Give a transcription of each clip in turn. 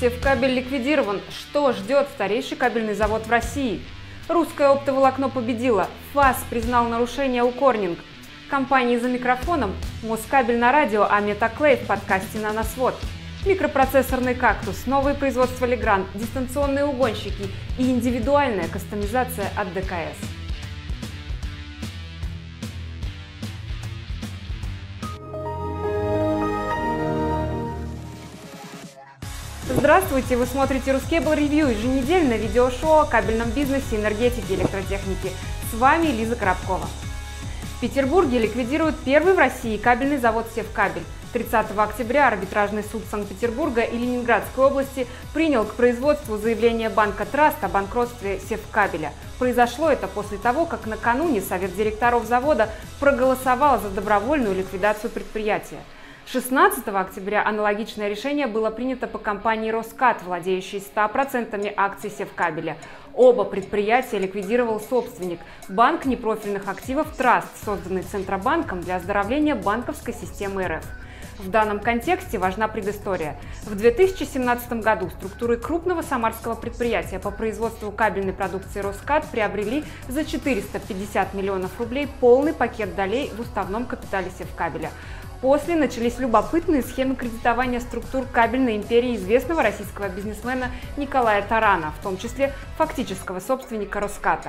Севкабель ликвидирован. Что ждет старейший кабельный завод в России? Русское оптоволокно победило. ФАС признал нарушение у Корнинг. Компании за микрофоном, Москабель на радио, а Метаклей в подкасте «Наносвод». Микропроцессорный кактус, новые производства Legrand, дистанционные угонщики и индивидуальная кастомизация от ДКС. Здравствуйте! Вы смотрите Ruscable Review, еженедельное видеошоу о кабельном бизнесе, энергетике и электротехнике. С вами Лиза Коробкова. В Петербурге ликвидируют первый в России кабельный завод Севкабель. 30 октября арбитражный суд Санкт-Петербурга и Ленинградской области принял к производству заявление банка Траст о банкротстве Севкабеля. Произошло это после того, как накануне Совет директоров завода проголосовал за добровольную ликвидацию предприятия. 16 октября аналогичное решение было принято по компании «Роскат», владеющей 100% акций Севкабеля. Оба предприятия ликвидировал собственник – Банк непрофильных активов «Траст», созданный Центробанком для оздоровления банковской системы РФ. В данном контексте важна предыстория. В 2017 году структуры крупного самарского предприятия по производству кабельной продукции «Роскат» приобрели за 450 миллионов рублей полный пакет долей в уставном капитале Севкабеля. После начались любопытные схемы кредитования структур кабельной империи известного российского бизнесмена Николая Тарана, в том числе фактического собственника «Роската».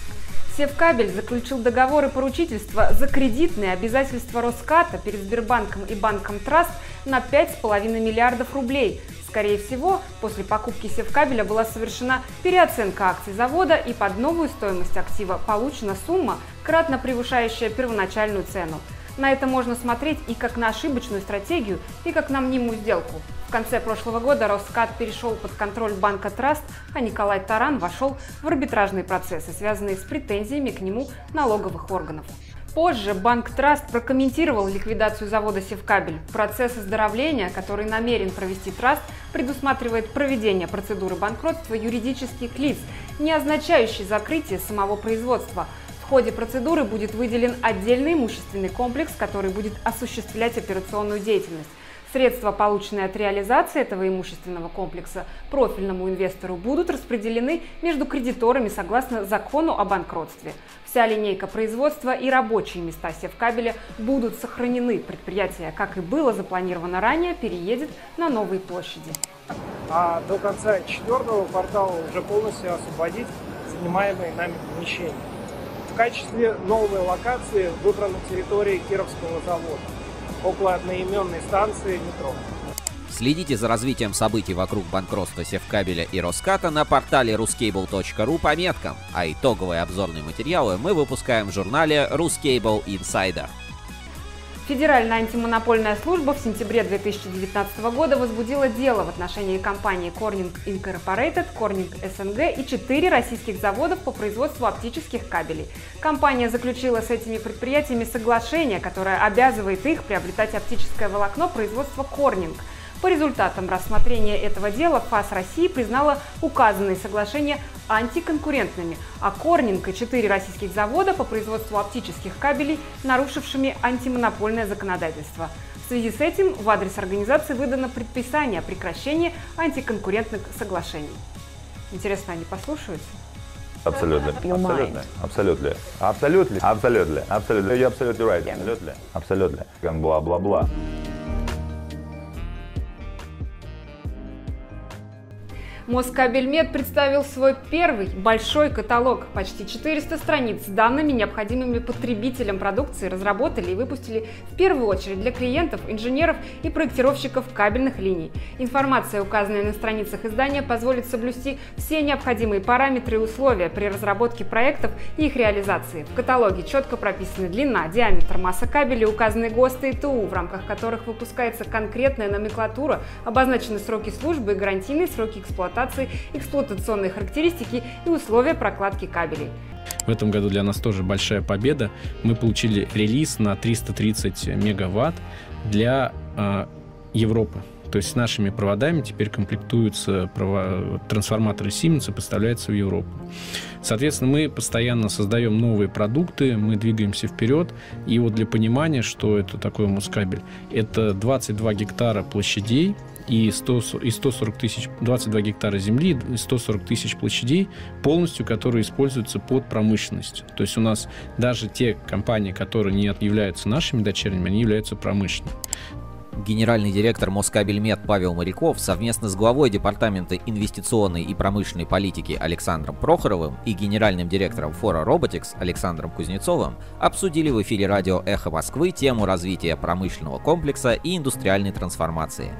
Севкабель заключил договоры поручительства за кредитные обязательства «Роската» перед Сбербанком и банком Траст на 5,5 миллиардов рублей. Скорее всего, после покупки Севкабеля была совершена переоценка акций завода, и под новую стоимость актива получена сумма, кратно превышающая первоначальную цену. На это можно смотреть и как на ошибочную стратегию, и как на мнимую сделку. В конце прошлого года «Роскат» перешел под контроль банка Траст, а Николай Таран вошел в арбитражные процессы, связанные с претензиями к нему налоговых органов. Позже банк Траст прокомментировал ликвидацию завода Севкабель. Процесс оздоровления, который намерен провести Траст, предусматривает проведение процедуры банкротства юридических лиц, не означающей закрытие самого производства. В ходе процедуры будет выделен отдельный имущественный комплекс, который будет осуществлять операционную деятельность. Средства, полученные от реализации этого имущественного комплекса, профильному инвестору будут распределены между кредиторами согласно закону о банкротстве. Вся линейка производства и рабочие места Севкабеля будут сохранены. Предприятие, как и было запланировано ранее, переедет на новые площади. А до конца 4-го квартала уже полностью освободить занимаемые нами помещения. В качестве новой локации выбрана территория Кировского завода, около одноименной станции метро. Следите за развитием событий вокруг банкротства Севкабеля и Роската на портале ruscable.ru по меткам, а итоговые обзорные материалы мы выпускаем в журнале Ruscable Insider. Федеральная антимонопольная служба в сентябре 2019 года возбудила дело в отношении компании Corning Incorporated, Corning СНГ и 4 российских заводов по производству оптических кабелей. Компания заключила с этими предприятиями соглашение, которое обязывает их приобретать оптическое волокно производства Corning. По результатам рассмотрения этого дела ФАС России признала указанные соглашения антиконкурентными, а Corning и 4 российских завода по производству оптических кабелей нарушившими антимонопольное законодательство. В связи с этим в адрес организации выдано предписание о прекращении антиконкурентных соглашений. Интересно, они послушаются? Абсолютно. Абсолютно. Абсолютно. Абсолютно. Абсолютно. Абсолютно. You're absolutely right. Абсолютно. Абсолютно. Бла-бла-бла. Москабельмет представил свой первый большой каталог. Почти 400 страниц с данными, необходимыми потребителям продукции, разработали и выпустили в первую очередь для клиентов, инженеров и проектировщиков кабельных линий. Информация, указанная на страницах издания, позволит соблюсти все необходимые параметры и условия при разработке проектов и их реализации. В каталоге четко прописаны длина, диаметр, масса кабеля, указаны ГОСТы и ТУ, в рамках которых выпускается конкретная номенклатура, обозначены сроки службы и гарантийные сроки эксплуатации, эксплуатационные характеристики и условия прокладки кабелей. В этом году для нас тоже большая победа. Мы получили релиз на 330 мегаватт для Европы. То есть с нашими проводами теперь комплектуются трансформаторы Siemens и поставляются в Европу. Соответственно, мы постоянно создаем новые продукты, мы двигаемся вперед. И вот для понимания, что это такое Москабель, это 22 гектара площадей и 140 тысяч, 22 гектара земли и 140 тысяч площадей полностью, которые используются под промышленность. То есть у нас даже те компании, которые не являются нашими дочерними, они являются промышленными. Генеральный директор Москабельмет Павел Моряков совместно с главой Департамента инвестиционной и промышленной политики Александром Прохоровым и генеральным директором Fora Robotics Александром Кузнецовым обсудили в эфире радио «Эхо Москвы» тему развития промышленного комплекса и индустриальной трансформации.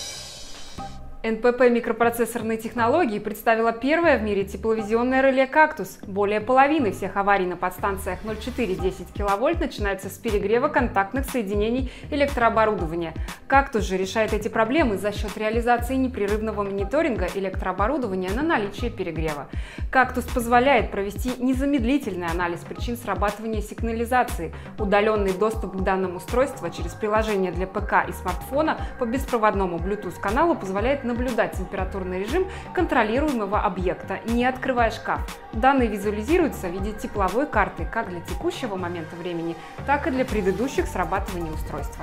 НПП «Микропроцессорные технологии» представила первое в мире тепловизионное реле «Кактус». Более половины всех аварий на подстанциях 0,4-10 кВт начинаются с перегрева контактных соединений электрооборудования. «Кактус» же решает эти проблемы за счет реализации непрерывного мониторинга электрооборудования на наличие перегрева. «Кактус» позволяет провести незамедлительный анализ причин срабатывания сигнализации. Удаленный доступ к данным устройства через приложение для ПК и смартфона по беспроводному Bluetooth-каналу позволяет наблюдать температурный режим контролируемого объекта, не открывая шкаф. Данные визуализируются в виде тепловой карты как для текущего момента времени, так и для предыдущих срабатываний устройства.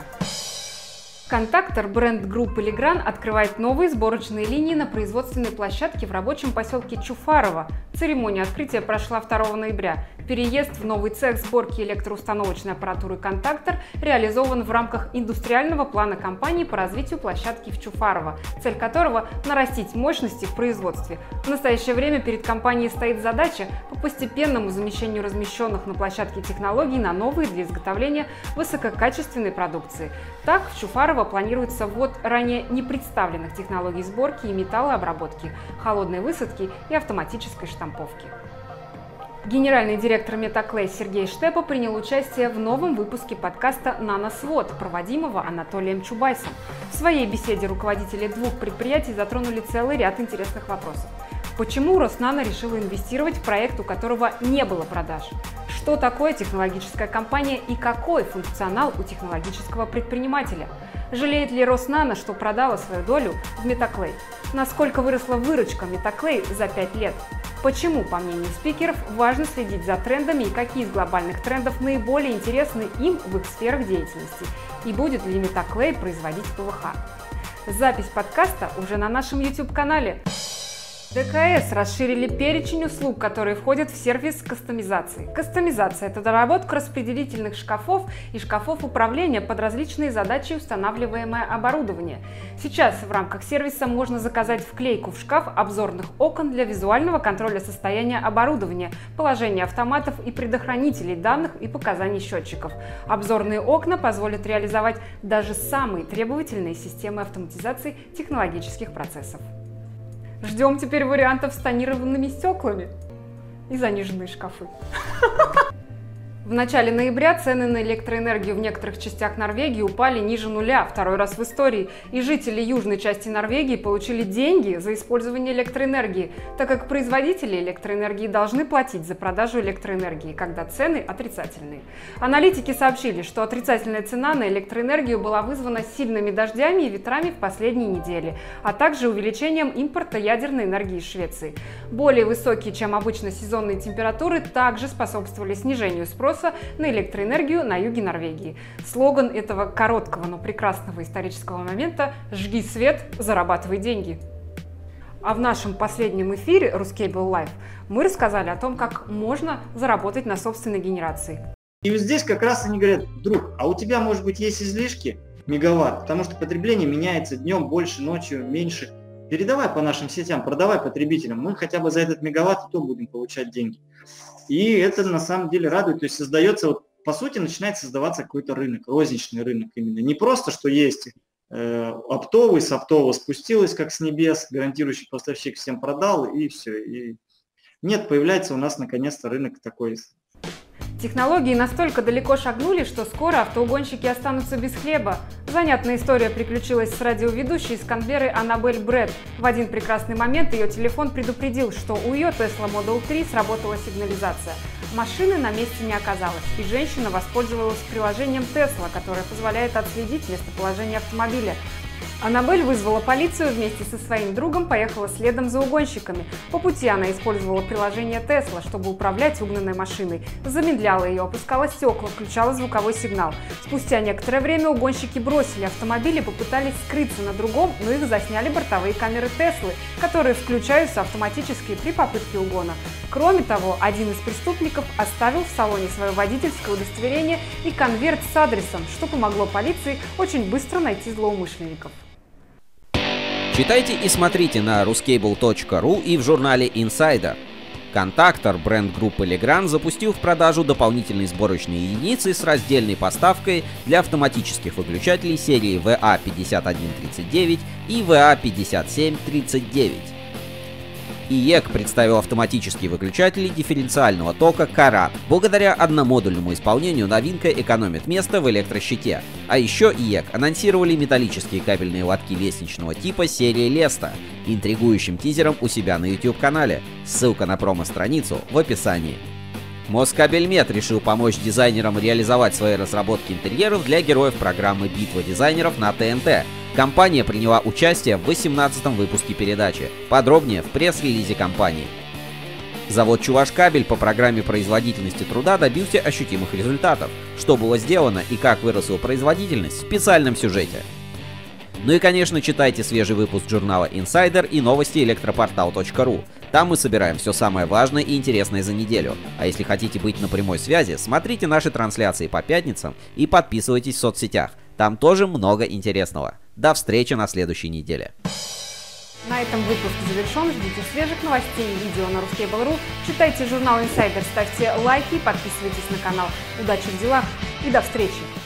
Контактор бренд группы Legrand открывает новые сборочные линии на производственной площадке в рабочем поселке Чуфарово. Церемония открытия прошла 2 ноября. Переезд в новый цех сборки электроустановочной аппаратуры «Контактор» реализован в рамках индустриального плана компании по развитию площадки в Чуфарово, цель которого – нарастить мощности в производстве. В настоящее время перед компанией стоит задача по постепенному замещению размещенных на площадке технологий на новые для изготовления высококачественной продукции. Так, в Чуфарово планируется ввод ранее не представленных технологий сборки и металлообработки, холодной высадки и автоматической штамповки. Генеральный директор Metaclay Сергей Штепа принял участие в новом выпуске подкаста «Наносвод», проводимого Анатолием Чубайсом. В своей беседе руководители двух предприятий затронули целый ряд интересных вопросов. Почему Роснано решила инвестировать в проект, у которого не было продаж? Что такое технологическая компания и какой функционал у технологического предпринимателя? Жалеет ли Роснано, что продала свою долю в Metaclay? Насколько выросла выручка Metaclay за 5 лет? Почему, по мнению спикеров, важно следить за трендами и какие из глобальных трендов наиболее интересны им в их сферах деятельности? И будет ли Metaclay производить ПВХ? Запись подкаста уже на нашем YouTube-канале. ДКС расширили перечень услуг, которые входят в сервис кастомизации. Кастомизация – это доработка распределительных шкафов и шкафов управления под различные задачи и устанавливаемое оборудование. Сейчас в рамках сервиса можно заказать вклейку в шкаф обзорных окон для визуального контроля состояния оборудования, положения автоматов и предохранителей данных и показаний счетчиков. Обзорные окна позволят реализовать даже самые требовательные системы автоматизации технологических процессов. Ждем теперь вариантов с тонированными стеклами и заниженные шкафы. В начале ноября цены на электроэнергию в некоторых частях Норвегии упали ниже нуля, второй раз в истории, и жители южной части Норвегии получили деньги за использование электроэнергии, так как производители электроэнергии должны платить за продажу электроэнергии, когда цены отрицательные. Аналитики сообщили, что отрицательная цена на электроэнергию была вызвана сильными дождями и ветрами в последние недели, а также увеличением импорта ядерной энергии из Швеции. Более высокие, чем обычно, сезонные температуры также способствовали снижению спроса на электроэнергию на юге Норвегии. Слоган этого короткого, но прекрасного исторического момента «Жги свет, зарабатывай деньги». А в нашем последнем эфире Ruscable Live мы рассказали о том, как можно заработать на собственной генерации. И вот здесь как раз они говорят: друг, а у тебя, может быть, есть излишки мегаватт, потому что потребление меняется днем больше, ночью меньше. Передавай по нашим сетям, продавай потребителям, мы хотя бы за этот мегаватт и то будем получать деньги. И это на самом деле радует, то есть создается, вот, по сути, начинает создаваться какой-то рынок, розничный рынок именно. Не просто, что есть оптовый, с оптового спустилось, как с небес, гарантирующий поставщик всем продал, и все. И нет, появляется у нас наконец-то рынок такой. Технологии настолько далеко шагнули, что скоро автоугонщики останутся без хлеба. Занятная история приключилась с радиоведущей из Канберры Аннабель Брэд. В один прекрасный момент ее телефон предупредил, что у ее Tesla Model 3 сработала сигнализация. Машины на месте не оказалось, и женщина воспользовалась приложением Tesla, которое позволяет отследить местоположение автомобиля. Аннабель вызвала полицию, вместе со своим другом поехала следом за угонщиками. По пути она использовала приложение Tesla, чтобы управлять угнанной машиной. Замедляла ее, опускала стекла, включала звуковой сигнал. Спустя некоторое время угонщики бросили автомобиль и попытались скрыться на другом, но их засняли бортовые камеры Теслы, которые включаются автоматически при попытке угона. Кроме того, один из преступников оставил в салоне свое водительское удостоверение и конверт с адресом, что помогло полиции очень быстро найти злоумышленников. Читайте и смотрите на ruscable.ru и в журнале Insider. Контактор, бренд группы Legrand, запустил в продажу дополнительные сборочные единицы с раздельной поставкой для автоматических выключателей серии VA5139 и VA5739. ИЕК представил автоматические выключатели дифференциального тока Karat. Благодаря одномодульному исполнению новинка экономит место в электрощите. А еще ИЕК анонсировали металлические кабельные лотки лестничного типа серии Lesta, интригующим тизером у себя на YouTube-канале. Ссылка на промо-страницу в описании. Москабельмет решил помочь дизайнерам реализовать свои разработки интерьеров для героев программы «Битва дизайнеров» на ТНТ. Компания приняла участие в 18-м выпуске передачи. Подробнее в пресс-релизе компании. Завод «Чувашкабель» по программе производительности труда добился ощутимых результатов. Что было сделано и как выросла производительность в специальном сюжете. Ну и, конечно, читайте свежий выпуск журнала Insider и новости электропортал.ру. Там мы собираем все самое важное и интересное за неделю. А если хотите быть на прямой связи, смотрите наши трансляции по пятницам и подписывайтесь в соцсетях. Там тоже много интересного. До встречи на следующей неделе. На этом выпуск завершен. Ждите свежих новостей и видео на ruscable.ru. Читайте журнал Insider, ставьте лайки и подписывайтесь на канал. Удачи в делах и до встречи!